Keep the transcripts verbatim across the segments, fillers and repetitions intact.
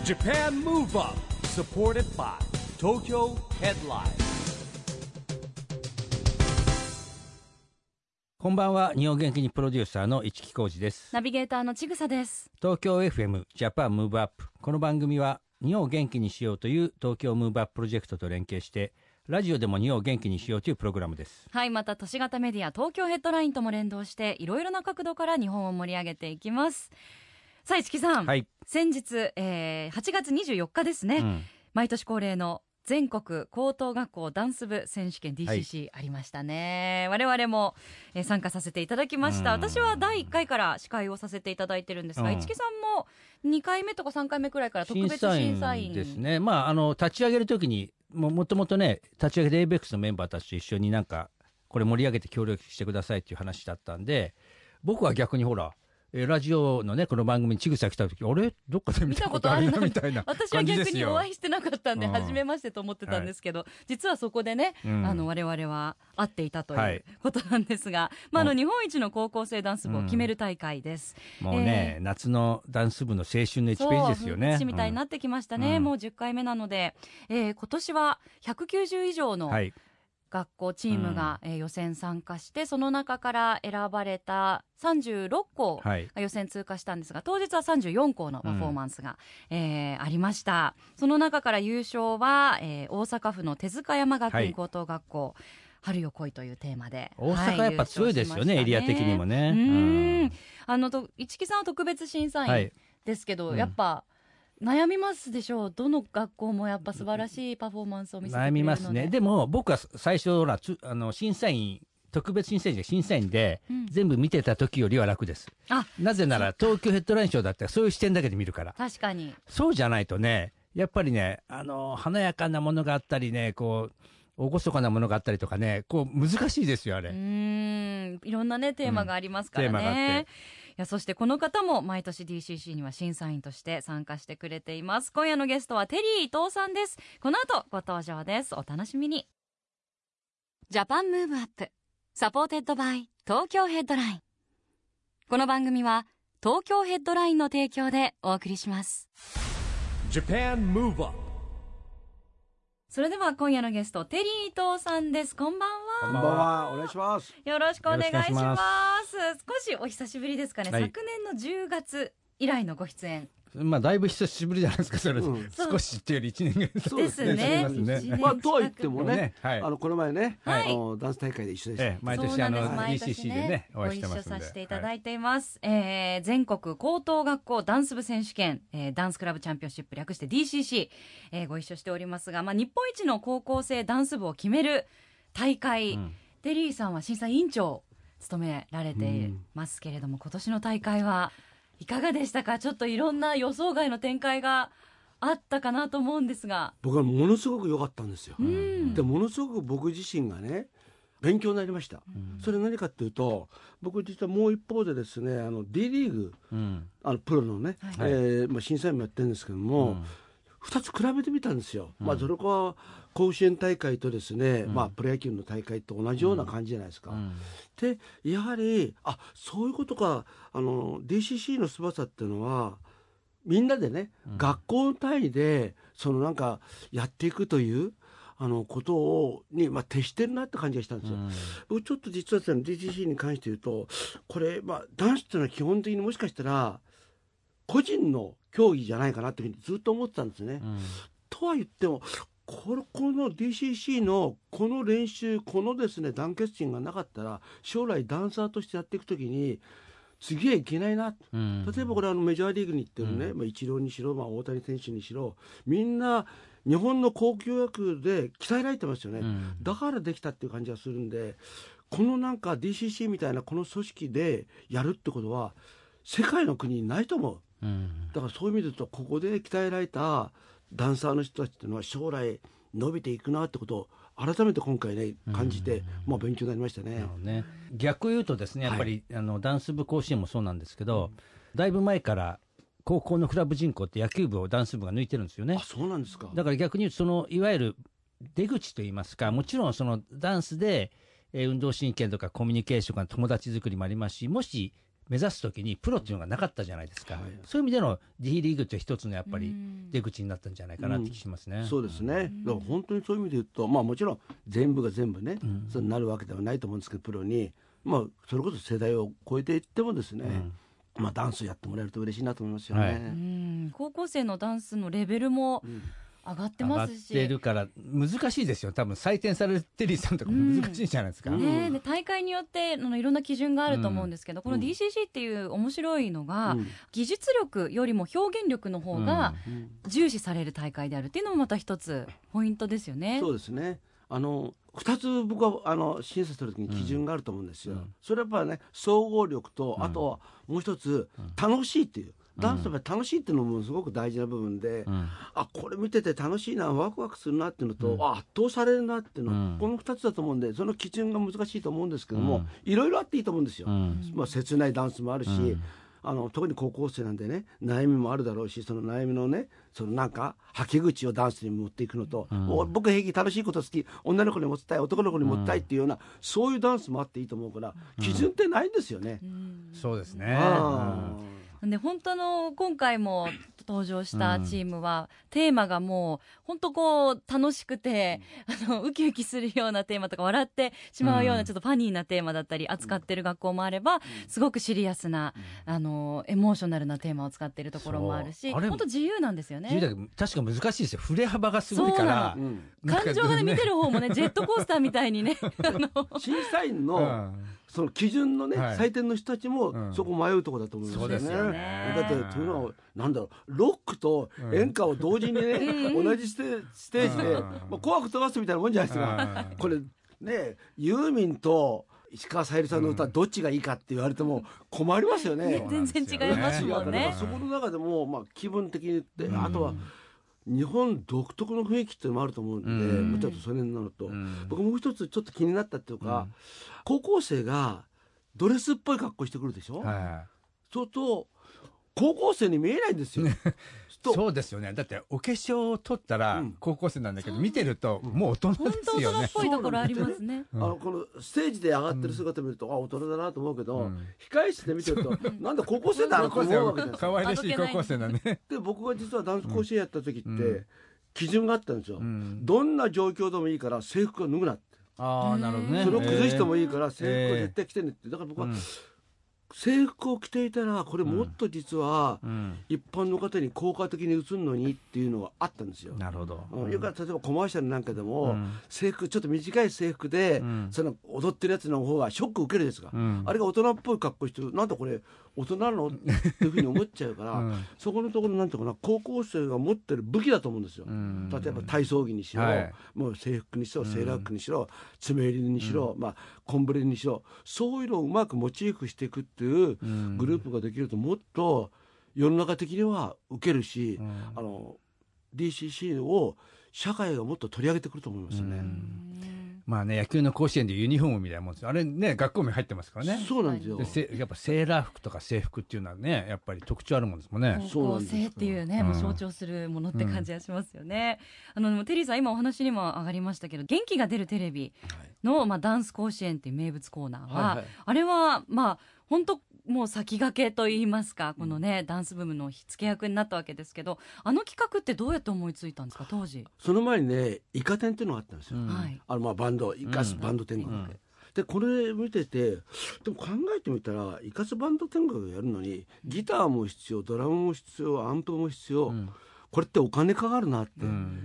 Japan Move Up supported by Tokyo Headline。 こんばんは。日本元気にプロデューサーの市木浩司です。 ナビゲーターのちぐさです。 東京 エフエム Japan Move Up。この番組は日本を元気にしようという東京ムーブアッププロジェクトと連携してラジオでも日本を元気にしようというプログラムです。 はい、また都市型メディア東京ヘッドラインとも連動していろいろな角度から日本を盛り上げていきます。さあ市木さん、 はい、 先日、えー、はちがつにじゅうよっかですね、うん、毎年恒例の全国高等学校ダンス部選手権 ディーシーシー ありましたね、はい、我々も、えー、参加させていただきました。私はだいいっかいから司会をさせていただいてるんですが、市木さんもにかいめとかさんかいめくらいから特別審査員ですね。まあ、あの立ち上げるときに も, もともとね立ち上げで エイベックス のメンバーたちと一緒になんかこれ盛り上げて協力してくださいっていう話だったんで、僕は逆にほらラジオのねこの番組にちぐさ来た時、あれどっかで見たことあるなみたいな感じですよ。 私は逆にお会いしてなかったんで初めましてと思ってたんですけど、はい、実はそこでね、うん、あの我々は会っていたということなんですが、はい、まあ、あの日本一の高校生ダンス部を決める大会です、 うん、もうね、えー、夏のダンス部の青春のいちページですよね。 そうみたいになってきましたね、うん、もうじゅっかいめなので、えー、今年はひゃくきゅうじゅう以上の、はい、学校チームが、うん、えー、予選参加して、その中から選ばれたさんじゅうろっこうが予選通過したんですが、はい、当日はさんじゅうよんこうのパフォーマンスが、うん、えー、ありました。その中から優勝は、えー、大阪府の手塚山学院高等学校、はい、春よ来いというテーマで、 大阪やっぱ強いですよね、はい、エリア的にもね。 うん、あのと市木さんは特別審査員ですけど、はい、やっぱ、うん悩みますでしょう。どの学校もやっぱ素晴らしいパフォーマンスを見せてくれるので。悩みますね。 でも僕は最初ほらあの審査員特別審査員で審査員で、うん、全部見てた時よりは楽です。あ、なぜなら東京ヘッドライン賞だったらそういう視点だけで見るから。 確かに。 そうじゃないとね、やっぱりね、あの華やかなものがあったりね、こう厳かなものがあったりとかね、こう難しいですよあれ。 うーん、いろんなねテーマがありますからね。うん、テーマがあって。いや、そしてこの方も毎年 ディーシーシー には審査員として参加してくれています。今夜のゲストはテリー伊藤さんです。この後ご登場です。お楽しみに。ジャパンムーブアップサポーテッドバイ東京ヘッドライン。この番組は東京ヘッドラインの提供でお送りします。 Japan Move Up。 それでは今夜のゲストテリー伊藤さんです。こんばんは。 こんばんは、お願いします。 よろしくお願いします。少しお久しぶりですかね、はい、昨年のじゅうがつ以来のご出演。 まあだいぶ久しぶりじゃないですかそれ、うん、少しっていうよりいちねんぐらいですね。 ですね。まあとは言ってもね、ね、はい、あのこの前ね、 はい、 あのダンス大会で一緒でした、ええ、 毎年あの ディーシーシー でねお会いしてますんでご一緒させていただいています、はい、えー、全国高等学校ダンス部選手権、えー、ダンスクラブチャンピオンシップ略して ディーシーシー、えー、ご一緒しておりますが、まあ、日本一の高校生ダンス部を決める大会、うん、テリーさんは審査委員長を務められていますけれども、うん、今年の大会はいかがでしたか。ちょっといろんな予想外の展開があったかなと思うんですが、 僕はものすごく良かったんですよ、うん、でものすごく僕自身がね勉強になりました、うん、それ何かっていうと、僕実はもう一方でですね、あの D リーグ、うん、あのプロのね、はい、えーまあ、審査員もやってるんですけども、うん、ふたつ比べてみたんですよ、うん、まあ、それか甲子園大会とですね、うん、まあ、プロ野球の大会と同じような感じじゃないですか、うん、でやはりあそういうことか、あの ディーシーシー の素晴らしさっていうのはみんなでね、うん、学校単位でそのなんかやっていくというあのことをに、まあ、徹してるなって感じがしたんですよ、うん、僕ちょっと実はですね ディーシーシー に関して言うとこれ、まあ、ダンスっていうのは基本的にもしかしたら個人の競技じゃないかなっていうふうにずっと思ってたんですね、うん、とは言ってもこの、この ディーシーシー のこの練習このですね団結心がなかったら将来ダンサーとしてやっていくときに次はいけないな、うん、例えばこれあのメジャーリーグに行ってるね、うんまあ、イチローにしろ、まあ、大谷選手にしろみんな日本の高級野球で鍛えられてますよね、うん、だからできたっていう感じがするんで、このなんか ディーシーシー みたいなこの組織でやるってことは世界の国にないと思う、うん、だからそういう意味で言うとここで鍛えられたダンサーの人たちっていうのは将来伸びていくなってことを改めて今回ね感じて、まあ、勉強になりました ね, ね逆言うとですねやっぱり、はい、あのダンス部甲子園もそうなんですけど、うん、だいぶ前から高校のクラブ人口って野球部をダンス部が抜いてるんですよね。 あ、そうなんですか。 だから逆に言うとそのいわゆる出口といいますか、もちろんそのダンスで、えー、運動神経とかコミュニケーションとか友達作りもありますし、もし目指すときにプロっていうのがなかったじゃないですか、はい、そういう意味での D リーグって一つのやっぱり出口になったんじゃないかなって気しますね、 うん、そうですね、だから本当にそういう意味で言うと、まあ、もちろん全部が全部ね、うん、そうなるわけではないと思うんですけど、プロに、まあ、それこそ世代を超えていってもですね、うん、まあ、ダンスやってもらえると嬉しいなと思いますよね、はい、うん、 高校生のダンスのレベルも、うん上がってますし、 上がってるから難しいですよ。多分採点されてるさんとかも難しいじゃないですか、 うんね、で大会によってのいろんな基準があると思うんですけど、うん、この ディーシーシー っていう面白いのが、うん、技術力よりも表現力の方が重視される大会であるっていうのもまた一つポイントですよね。 そうですね、あのふたつ僕はあの審査するときに基準があると思うんですよ、うん、それはやっぱりね総合力と、うん、あとはもう一つ、うん、楽しいっていうダンスは楽しいっていうのもすごく大事な部分で、うん、あこれ見てて楽しいなワクワクするなっていうのと、うん、あ圧倒されるなっていうの、うん、このふたつだと思うんでその基準が難しいと思うんですけども、いろいろあっていいと思うんですよ、うんまあ、切ないダンスもあるし、うん、あの特に高校生なんでね悩みもあるだろうしその悩みのねそのなんか吐き口をダンスに持っていくのと、うん、僕平気楽しいこと好き女の子に持ちたい男の子に持ちたいっていうような、うん、そういうダンスもあっていいと思うから、うん、基準ってないんですよね、 うん、そうですね、 で本当の今回も登場したチームは、うん、テーマがもう本当こう楽しくて、うん、あのウキウキするようなテーマとか笑ってしまうようなちょっとファニーなテーマだったり扱ってる学校もあれば、うん、すごくシリアスな、うん、あのエモーショナルなテーマを使ってるところもあるし本当自由なんですよね。 自由だけど確か難しいですよ。振れ幅がすごいから、うん、 感情が、ね、見てる方もねジェットコースターみたいにねあの審査員の、うんその基準のね、はい、採点の人たちも、うん、そこ迷うところだと思いますよね。そうですよね。だってというのはなんだろうロックと演歌を同時にね、うん、同じステステージで、うんまあ、紅白飛ばすみたいなもんじゃないですか、うん、これねユーミンと石川さゆりさんの歌、うん、どっちがいいかって言われても困りますよね。 全然違いますもんね。 そこの中でも、まあ、気分的に言って、うん、あとは日本独特の雰囲気っていうのもあると思うんで、うん、もうちょっとそれになると、うん、僕もう一つちょっと気になったっていうか、うん、高校生がドレスっぽい格好してくるでしょ、はい、そうすると高校生に見えないんですよそうですよね。だってお化粧を取ったら高校生なんだけど、うん、見てるともう大人ですよね。 本当大人っぽいところありますね。 あのこのステージで上がってる姿見ると、うん、あ大人だなと思うけど、うん、控え室で見てるとなんだ高校生だなと思うわけですよ。 可愛らしい高校生だね。 で僕が実はダンス甲子園やった時って、うん、基準があったんですよ、うん、どんな状況でもいいから制服を脱ぐなって。 あなるほどね。 それを崩してもいいから制服を絶対着てねって。だから僕は、うん制服を着ていたらこれもっと実は一般の方に効果的に映るのにっていうのがあったんですよ。 なるほど、 うん、よく例えばコマーシャルなんかでも、うん、制服ちょっと短い制服で、うん、その踊ってるやつの方がショック受けるですが、うん、あれが大人っぽい格好してるなんだこれ大人なのっていうふうに思っちゃうから、うん、そこのところなんていうかな高校生が持ってる武器だと思うんですよ、うん、例えば体操着にしろ、はい、もう制服にしろセーラー服にしろ、うん、爪襟にしろ、うんまあ、コンブレにしろそういうのをうまくモチーフしていくっていうグループができるともっと世の中的には受けるし、うん、あの ディーシーシー を社会がもっと取り上げてくると思いますよね。うんまあね、野球の甲子園でユニフォームみたいなもんですよ。あれね学校名入ってますからね。 そうなんですよ。 でやっぱセーラー服とか制服っていうのはねやっぱり特徴あるもんですもんね。 高校生っていうね、うん、もう象徴するものって感じがしますよね、うん、あのテリーさん今お話にも上がりましたけど元気が出るテレビの、はいまあ、ダンス甲子園っていう名物コーナーは、はいはい、あれはまあ本当もう先駆けといいますかこのね、うん、ダンスブームの火付け役になったわけですけどあの企画ってどうやって思いついたんですか当時。 その前にねイカ天っていうのがあったんですよ、うん、あのまあバンドイカスバンド天国で、うん、でこれ見ててでも考えてみたらイカスバンド天国をやるのにギターも必要ドラムも必要アンプも必要、うんこれってお金かかるなって、うん、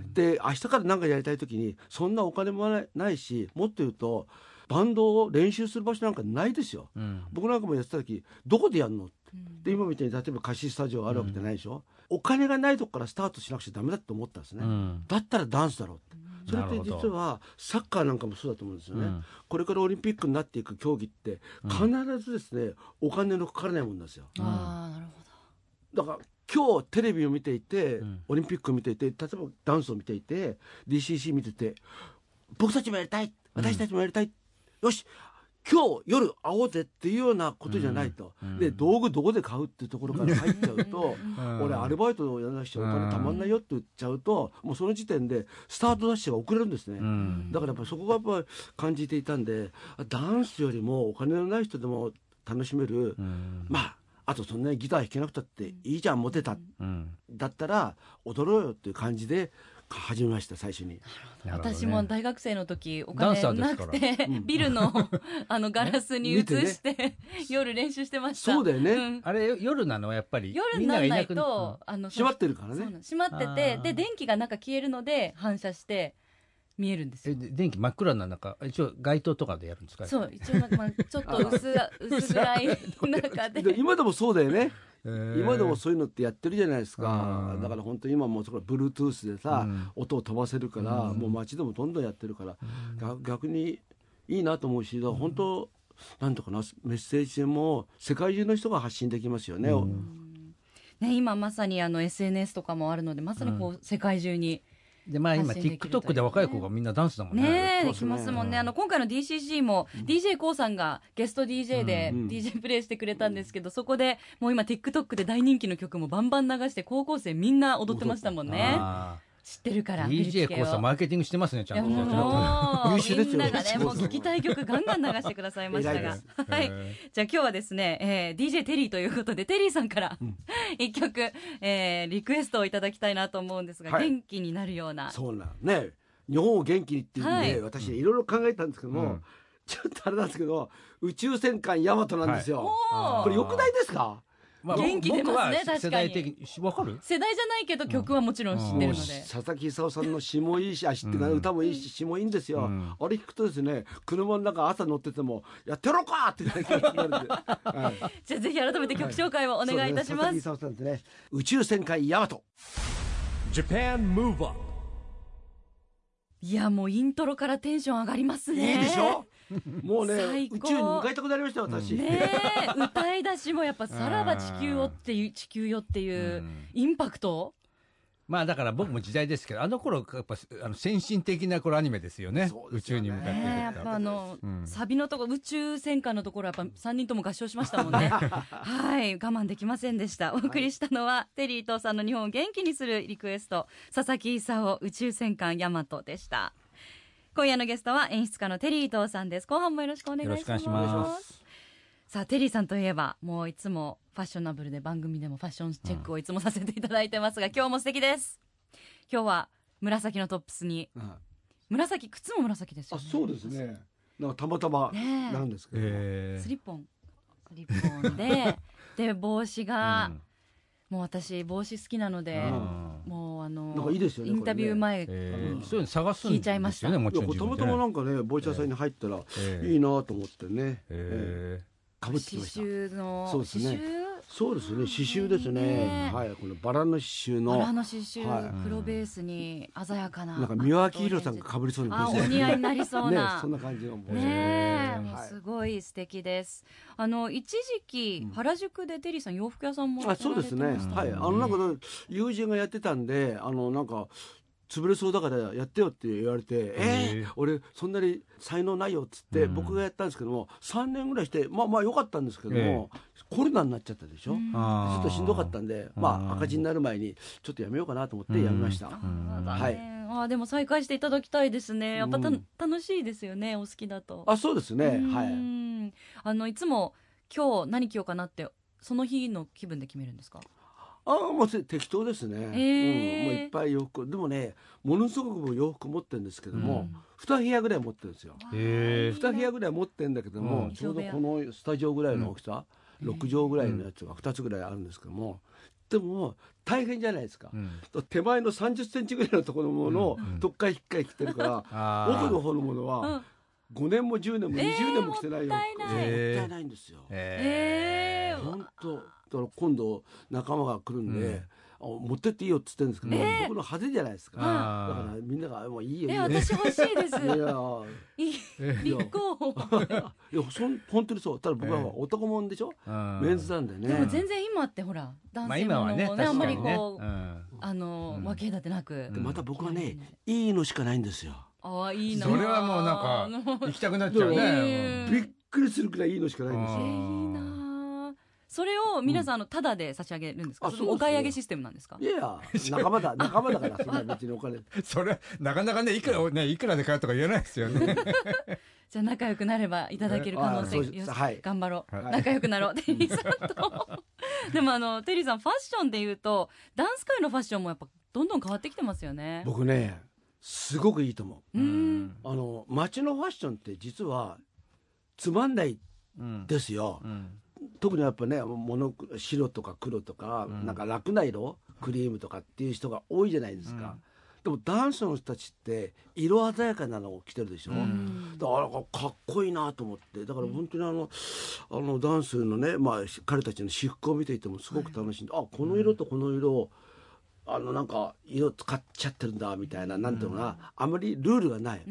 で明日から何かやりたい時にそんなお金もない、ないしもっと言うとバンドを練習する場所なんかないですよ、うん、僕なんかもやってた時どこでやるのって、うん、で今みたいに例えば貸しスタジオがあるわけじゃないでしょ、うん、お金がないとこからスタートしなくちゃダメだって思ったんですね、うん、だったらダンスだろうって、うん、それって実はサッカーなんかもそうだと思うんですよね、うん、これからオリンピックになっていく競技って必ずですね、うん、お金のかからないもんなんですよ、 うん、あなるほどだから今日テレビを見ていて、うん、オリンピックを見ていて例えばダンスを見ていて ディーシーシー 見てて僕たちもやりたい私たちもやりたい、うん、よし今日夜会おうぜっていうようなことじゃないと、うん、で道具どこで買うっていうところから入っちゃうと、うん、俺アルバイトをやらなくちゃお金たまんないよって言っちゃうともうその時点でスタートダッシュが遅れるんですね、うん、だからやっぱりそこがやっぱり感じていたんでダンスよりもお金のない人でも楽しめる、うん、まああとそんなにギター弾けなくたっていいじゃん、モテた、うん、だったら踊ろうよっていう感じで始めました最初に。 私も大学生の時お金なくてビルのあのガラスに映して、ね、夜練習してました。 そうだよね、うん、 あれ夜なのはやっぱり夜にならないと、うん、あの閉まってるからね。 閉まってて、で電気がなんか消えるので反射して見えるんですよ。 え電気真っ暗な中、一応街灯とかでやるんですか。 そう一応、まあ、ちょっと薄薄暗い中で今でもそうだよね。今でもそういうのってやってるじゃないですか。だから本当に今もそこ Bluetooth でさ、うん、音を飛ばせるから、うん、もう街でもどんどんやってるから、うん、逆にいいなと思うし、だから本当なんとかなメッセージでも世界中の人が発信できますよね。うん、 ね今まさにあの エスエヌエス とかもあるので、まさにこう、うん、世界中に。 でまあ、今 TikTok で若い子がみんなダンスだもんね。 ねえできますもんね。あの今回の ディーシーシー も、うん、ディージェー コウさんがゲスト ディージェー で ディージェー プレイしてくれたんですけど、うん、そこでもう今 TikTok で大人気の曲もバンバン流して高校生みんな踊ってましたもんね。知ってるからディージェー コウさんマーケティングしてますねちゃんと。 もうみんながねもう聞きたい曲ガンガン流してくださいましたがはい、じゃあ今日はですね、えー、ディージェー テリーということでテリーさんから一曲、えー、リクエストをいただきたいなと思うんですが、はい、元気になるような。 そうなんね、日本を元気にっていうんで、はい、私いろいろ考えたんですけども、うん、ちょっとあれなんですけど宇宙戦艦ヤマトなんですよ、はい、これよくないですか。 まあ、元気出ますね。確かに世代的に分かる。 世代じゃないけど曲はもちろん知ってるので、うん、 佐々木功さんの詩もいいし、あ詩っていうか、歌もいいし詩もいいんですよ、うん、あれ聞くとですね、車の中朝乗っててもやってろかって言われて、はい、 じゃあぜひ改めて曲紹介をお願いいたします。はい、 佐々木功さんですね、宇宙戦艦ヤマト。 Japan Move Up。 いやもうイントロからテンション上がりますね。 いいでしょもうね宇宙に向かいたくなりましたよ私、うん、 ね歌い出しもやっぱさらば地球をっていう地球よっていうインパクト。 まあだから僕も時代ですけど、あの頃やっぱあの先進的な頃アニメですよね。宇宙に向かっていくって、 やっぱあの、うん、サビのところ宇宙戦艦のところはやっぱさんにんとも合唱しましたもんねはい我慢できませんでした。お送りしたのは、はい、テリー伊藤さんの日本を元気にするリクエスト、佐々木功宇宙戦艦ヤマトでした。今夜のゲストは演出家のテリー伊藤さんです。後半もよろしくお願いします。よろしくお願いします。さあテリーさんといえばもういつもファッショナブルで番組でもファッションチェックをいつもさせていただいてますが、うん、今日も素敵です。今日は紫のトップスに、うん、紫、靴も紫ですよね。 あそうですね、なんかたまたまなんですけど、 ね、スリッポンスリッポンでで帽子が、うんもう私帽子好きなので、うん、もうあのなんかいいですよね、 インタビュー前、ねえー、そういうの探すんですよね。 聞いちゃいました。 もちろんたまたまなんかね帽子屋さんに入ったら、えー、いいなと思ってね、えーえー、かぶってきました。 刺繍のそうですね、そうですね、刺繍ですね、はい、このバラの刺繍のバラの刺繍、はい、黒ベースに鮮やかな、 なんか三輪明宏さんがかぶりそうなあお似合いになりそうな、 ね、そんな感じの帽子ね、もうすごい素敵です。あの一時期、うん、原宿でテリーさん洋服屋さんもやられてましたね。 あそうですね、はい、あのなんか友人がやってたんで、あのなんか潰れそうだからやってよって言われて、えー、俺そんなに才能ないよっつって僕がやったんですけども、さんねんぐらいしてまあまあ良かったんですけども、コロナになっちゃったでしょ、ちょっとしんどかったんで、まあ赤字になる前にちょっとやめようかなと思ってやめました。はい、 あでも再開していただきたいですね。やっぱた、うん、楽しいですよね、お好きだと。 あそうですね、はい、 あのいつも今日何着ようかなってその日の気分で決めるんですか。 ああもう適当ですね、えーうん、もういっぱい洋服でもね、ものすごく洋服持ってるんですけども、うん、に部屋ぐらい持ってるんですよ。に部屋ぐらい持ってるんだけども、うん、ちょうどこのスタジオぐらいの大きさ、うん、ろく畳ぐらいのやつがふたつぐらいあるんですけども、でも大変じゃないですか、うん、手前のさんじゅっセンチぐらいのところのものをどっかひっかり着てるから、うん、奥の方のものはごねんもじゅうねんもにじゅうねんも着てないよ、 えー、もったいないんですよ。 えー、 本当だから今度仲間が来るんで、うん、持ってっていいよって言ってるんですけど、えー、僕の派手じゃないですか、だからみんながもういいよいいよ、 えー、私欲しいですいやいい立候補いやそん本当にそう。ただ僕は男もんでしょ、えー、メンズなんでね。 でも全然今ってほら男性ものもね、まあね、あんまりこう、うん、あの、うん、分け隔てなく、 でまた僕はね、うん、いいのしかないんですよ。 あいいな、 それはもうなんか行きたくなっちゃうね。 びっくりするくらいいいのしかないんですよ。 えー、いいな。それと皆さんあのタダで差し上げるんですか、 あそれともお買い上げシステムなんですか。 いやいや仲間だ仲間だからそんな別にお金それなかなかねいくらねいくらで買うとか言えないですよねじゃあ仲良くなればいただける可能性、 あそうですよしはい、 頑張ろう、 はい仲良くなろうテリーさんとでもあのテリーさんファッションでいうとダンス界のファッションもやっぱどんどん変わってきてますよね。 僕ねすごくいいと思う。 うんあの街のファッションって実はつまんないですよ、 うんうん特にやっぱねモノ白とか黒とか、うん、なんか楽な色クリームとかっていう人が多いじゃないですか、うん、でもダンスの人たちって色鮮やかなのを着てるでしょ、うん、だからかっこいいなと思って、だから本当にあの、あのダンスのね、まあ、彼たちの私服を見ていてもすごく楽しんで、はい、あこの色とこの色をあのなんか色使っちゃってるんだみたいな、なんていうのかな、あまりルールがない、うん、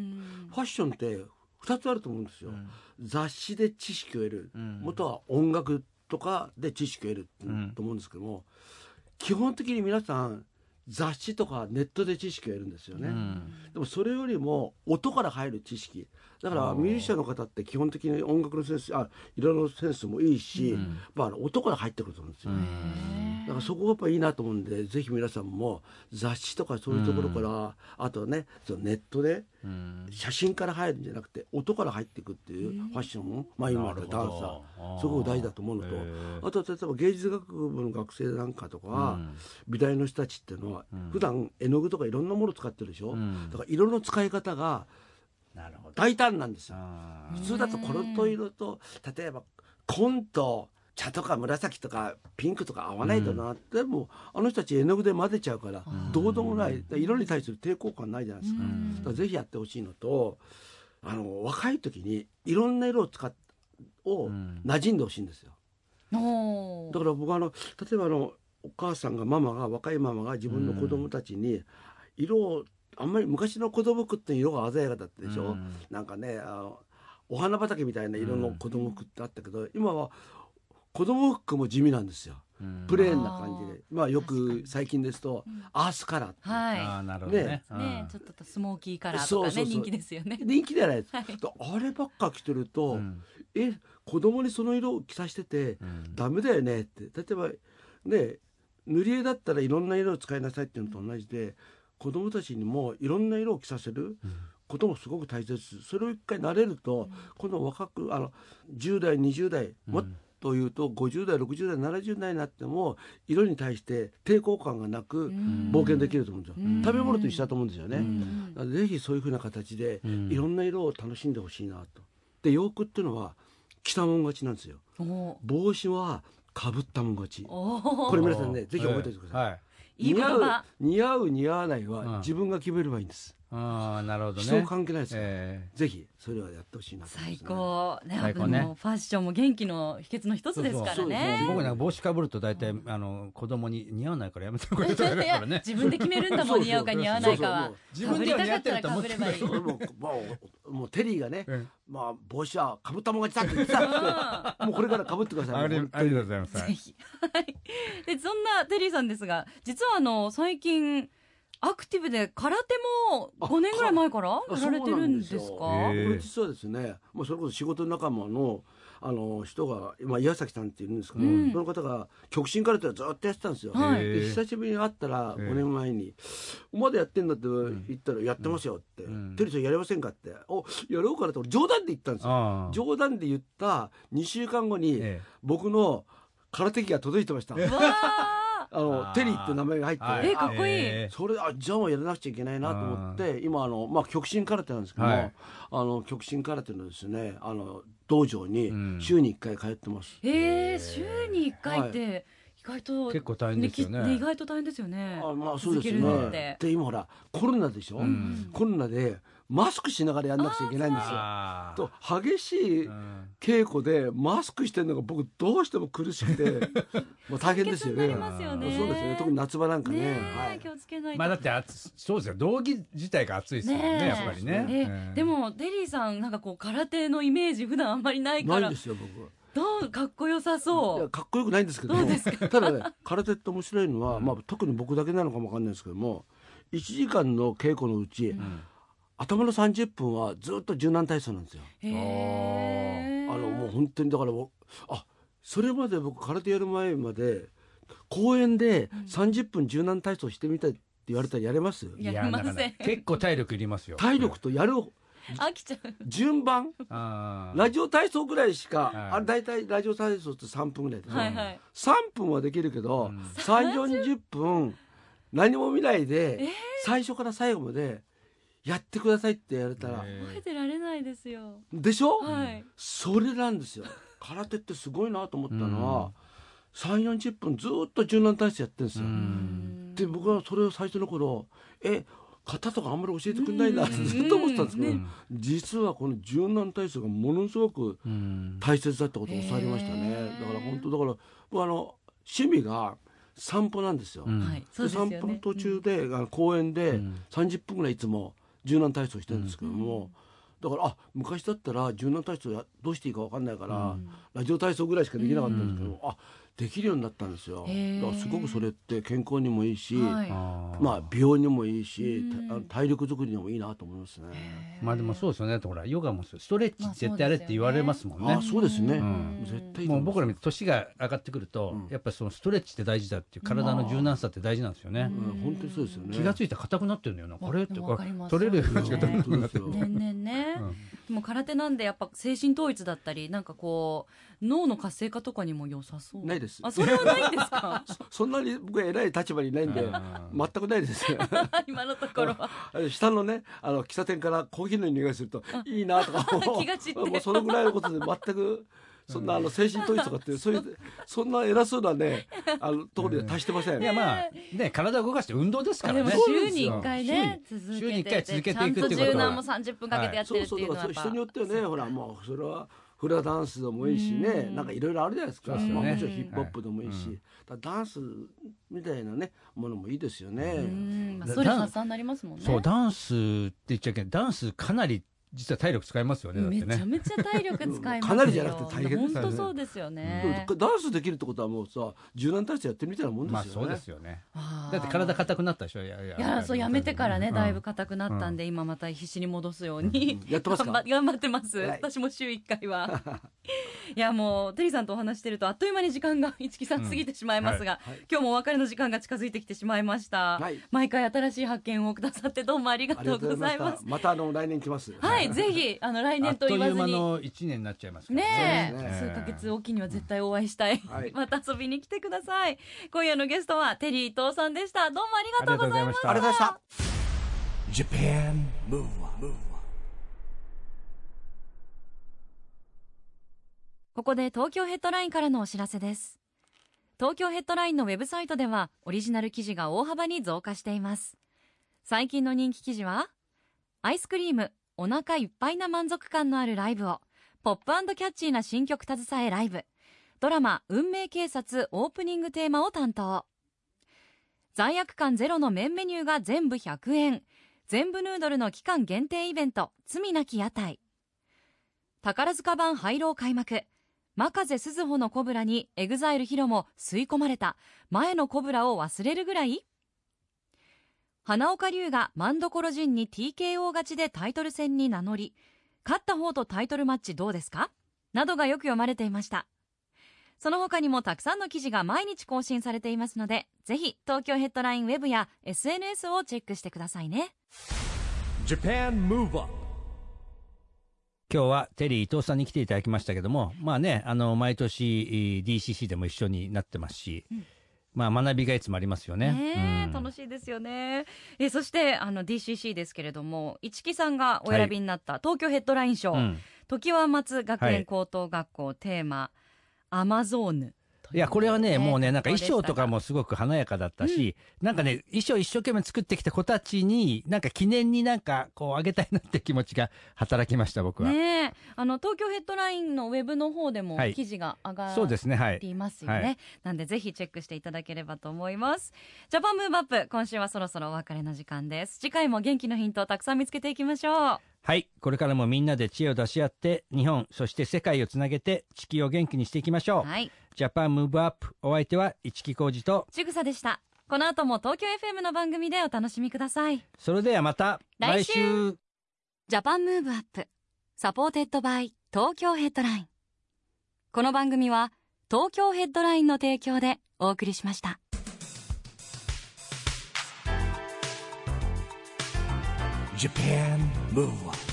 ファッションってふたつあると思うんですよ、うん、雑誌で知識を得る、うん、または音楽とかで知識を得ると思うんですけども、うん、基本的に皆さん雑誌とかネットで知識を得るんですよね、うん、でもそれよりも音から入る知識だからミュージシャンの方って基本的に音楽のセンスあ色のセンスもいいし、うん、まあ、音から入ってくると思うんですよ、だからそこがやっぱいいなと思うんで、ぜひ皆さんも雑誌とかそういうところから、うん、あとねそのネットで写真から入るんじゃなくて音から入っていくっていうファッションも、まあ、今のダンサーすごく大事だと思うのと、あと例えば芸術学部の学生なんかとか、うん、美大の人たちっていうのは、うん、普段絵の具とかいろんなものを使ってるでしょ、うん、だから色の使い方が大胆なんですよ。普通だとこれと色と例えば紺と茶とか紫とかピンクとか合わないとなって、うん、でもあの人たち絵の具で混ぜちゃうから、うん、どうでもない、色に対する抵抗感ないじゃないですか、うん、だからぜひやってほしいのと、あの若い時にいろんな色を使っを馴染んでほしいんですよ、うん、だから僕はあの例えばあのお母さんがママが若いママが自分の子供たちに色をあんまり昔の子供服って色が鮮やかだったでしょ、うん、なんかねあのお花畑みたいな色の子供服ってあったけど、うん、今は子供服も地味なんですよ、うん、プレーンな感じで、まあ、よく最近ですと、うん、アースカラーって、 はい、 あなるほど ね, ね, ねちょっとスモーキーカラーとかね、そうそうそう人気ですよね。 人気じゃないです、はい、あればっか着てると、うん、え子供にその色を着させてて、うん、ダメだよねって。例えばね塗り絵だったらいろんな色を使いなさいっていうのと同じで、うん、子供たちにもいろんな色を着させる、うんこともすごく大切です。それを一回慣れると、うん、この若くあのじゅう代にじゅう代、うん、もっと言うとごじゅう代ろくじゅう代ななじゅう代になっても色に対して抵抗感がなく冒険できると思うんですよ、うん、食べ物と一緒だと思うんですよね、うん、だからぜひそういうふうな形で、うん、いろんな色を楽しんでほしいなと。で洋服っていうのは着たもん勝ちなんですよ。帽子はかぶったもん勝ち。これ皆さんねぜひ覚えておいてください、はいはい、 いい言葉。 似合う似合わないは自分が決めればいいんです、 あなるほどね、 人関係ないですから、えー、ぜひそれはやってほしいなと思います、ね、 最高ね。 最高ね。 ファッションも元気の秘訣の一つですからね。そうそうそう僕なんか帽子かぶると大体、うん、あの子供に似合わないからやめておくれとかね自分で決めるんだもん似合うか似合わないかは。 自分では似合ってると思ってる。 もうもうテリーがね、うん、まあ帽子はかぶったもん勝ちだって言ってたもうこれからかぶってください。 ありがとうございます。 ぜひでそんなテリーさんですが、実はあの最近アクティブで空手もごねんぐらい前からやられてるんですか。 これ実はですね、もうそれこそ仕事仲間のあの人が今岩崎さんっているんですけど、うん、その方が極真空手をずっとやってたんですよ、はい、で久しぶりに会ったらごねんまえに「まだやってんだ」って言ったら「やってますよ」って「うん、テリーさんやりませんか?」って「おやろうかな」って冗談で言ったんですよ。冗談で言ったにしゅうかんごに僕の空手着が届いてました。あのテリーって名前が入って、 えかっこいい。 それあじゃあもうやらなくちゃいけないなと思って今あの、まあ、極真空手なんですけども、はい、あの極真空手のですねあの道場に週にいっかい通ってます、 うん、えー、週にいっかいって、はい意外と結構大変ですよね。 意外と大変ですよね。 あまあそうですね。で今ほらコロナでしょ、うん、コロナでマスクしながらやんなくちゃいけないんですよ。と激しい稽古でマスクしてるのが僕どうしても苦しくてもう大変ですよね。 ますよね。 そうですね。特に夏場なんかね。ねはい、気をつけないと。 まあだって暑そうですよ。道着自体が暑いですよね、ねやっぱりね。 えでもテリーさんなんかこう空手のイメージ普段あんまりないから。 ないんですよ僕は。 どうかっこよさそう。 いやかっこよくないんですけどもただね空手って面白いのは、まあ、特に僕だけなのかもわかんないですけどもいちじかんの稽古のうち、うん、頭のさんじゅっぷんはずっと柔軟体操なんですよ。 へーあのもう本当にだからあそれまで僕空手やる前まで公園でさんじゅっぷん柔軟体操してみたいって言われたらやれます？ やりません。 いや結構体力いりますよ。 体力とやる飽きちゃう順番あラジオ体操ぐらいしか、 はい、 あれ大体ラジオ体操ってさんぷんぐらいで、 はいはい、 さんぷんはできるけど、うん、さんじゅう、よんじゅっぷん何も見ないで、えー、最初から最後までやってくださいってやれたら覚えてられないですよ。 でしょ、 はい、 それなんですよ。空手ってすごいなと思ったのは、うん、さんじゅう、よんじゅっぷんずっと柔軟体操やってるんですよ。で僕はそれを最初の頃え型とかあんまり教えてくれないなってずっと思ってたんですけど、ね、実はこの柔軟体操がものすごく大切だってことを教わりましたね。だから本当だから僕あの趣味が散歩なんですよ。うん、で散歩の途中で、うん、公園でさんじゅっぷんぐらいいつも柔軟体操してるんですけども、だからあ昔だったら柔軟体操やどうしていいか分かんないから、うん、ラジオ体操ぐらいしかできなかったんですけど、うん、あできるようになったんですよ。だからすごくそれって健康にもいいし、はい、まあ美容にもいいし、うん、体力作りにもいいなと思いますね。 まあでもそうですよね。ほらヨガもストレッチ絶対やれって言われますもんね。 あそうですね、うん、絶対いいもう僕ら見て年が上がってくると、うん、やっぱりそのストレッチって大事だっていう体の柔軟さって大事なんですよね。 うん、本当にそうですよね。 気がついたら硬くなってるのよな。これって取れるようにしか取れなくなってる。 年々ね。うん、もう空手なんでやっぱ精神統一だったりなんかこう脳の活性化とかにも良さそう。 ないです。 あそれはないんですか？ そ, そんなに僕は偉い立場にいないんで全くないですよ。 今のところは下のねあの喫茶店からコーヒーの匂いするといいなとか気が散ってもうそのぐらいのことで全くそんなあの精神統一とかってそういうそんな偉そうなねあのところで達してません。 いやまあね体を動かして運動ですからね。 でも週にいっかいね続けて週にいっかい続けていくっていうことはちゃんと柔軟もさんじゅっぷんかけてやってるっていうのはやっぱ人によってはねほらもうそれはフラダンスでもいいしねなんかいろいろあるじゃないですか。まあ、もちろんヒップホップでもいいし、はい、ダンスみたいなねものもいいですよね。 うんストレス発散になりますもんね。 そうダンスって言っちゃいけないダンスかなり実は体力使いますよね。だってねめちゃめちゃ体力使いますよ。 かなりじゃなくて大変ですよね。本当そうですよね。 ダンスできるってことはもうさ柔軟体操やってるみたいなもんですよね。 まあそうですよね。だって体硬くなったでしょ。いやいやいやそうやめてからね、うん、だいぶ硬くなったんで、うん、今また必死に戻すように、 うん、やってますか？ 頑張ってます、 はい、 私も週いっかいはいやもうテリーさんとお話してるとあっという間に時間が一木さん過ぎてしまいますが、うんはい、今日もお別れの時間が近づいてきてしまいました、はい、毎回新しい発見をくださってどうもありがとうございます。 またあの来年来ます。 はいぜひあの来年と言わずにあっという間のいちねんになっちゃいますからね, ね, ね数ヶ月おきには絶対お会いしたい、うんはい、また遊びに来てください。今夜のゲストはテリー伊藤さんでした。どうもありがとうございました。 ありがとうございました。 Japan Move On。 ここで東京ヘッドラインからのお知らせです。東京ヘッドラインのウェブサイトではオリジナル記事が大幅に増加しています。最近の人気記事はアイスクリームお腹いっぱいな満足感のあるライブをポップ&キャッチーな新曲携えライブ、ドラマ運命警察オープニングテーマを担当、罪悪感ゼロの麺メニューが全部ひゃくえん、全部ヌードルの期間限定イベント罪なき屋台、宝塚版廃炉開幕、真風鈴穂のコブラにエグザイルヒロも吸い込まれた前のコブラを忘れるぐらい、花岡龍がマンドコロジンに ティーケーオー 勝ちでタイトル戦に名乗り、勝った方とタイトルマッチどうですかなどがよく読まれていました。その他にもたくさんの記事が毎日更新されていますので、ぜひ東京ヘッドラインウェブや エスエヌエス をチェックしてくださいね。 Japan Move Up。 今日はテリー伊藤さんに来ていただきましたけども、まあねあの毎年 ディーシーシー でも一緒になってますし、うんまあ、学びがいつもありますよね。 ね、うん、楽しいですよね。えそしてあの ディーシーシー ですけれども、市木さんがお選びになった東京ヘッドライン賞、はいうん、常盤松学園高等学校、はい、テーマアマゾーヌ。 いやこれはねもうねなんか衣装とかもすごく華やかだったし、うん、なんかね衣装一生懸命作ってきた子たちになんか記念になんかこうあげたいなって気持ちが働きました僕は。 ねあの東京ヘッドラインのウェブの方でも記事が上がっていますよね。はい、そうですね、はいはい、なんでぜひチェックしていただければと思います。ジャパンムーブアップ今週はそろそろお別れの時間です。次回も元気のヒントをたくさん見つけていきましょう。 はい、これからもみんなで知恵を出し合って日本そして世界をつなげて地球を元気にしていきましょう。はい、ジャパンムーブアップ、お相手は市木浩二とちぐさでした。この後も東京 エフエム の番組でお楽しみください。 それではまた来週。来週ジャパンムーブアップサポーテッドバイ東京ヘッドライン。この番組は東京ヘッドラインの提供でお送りしました。 Japan Move Up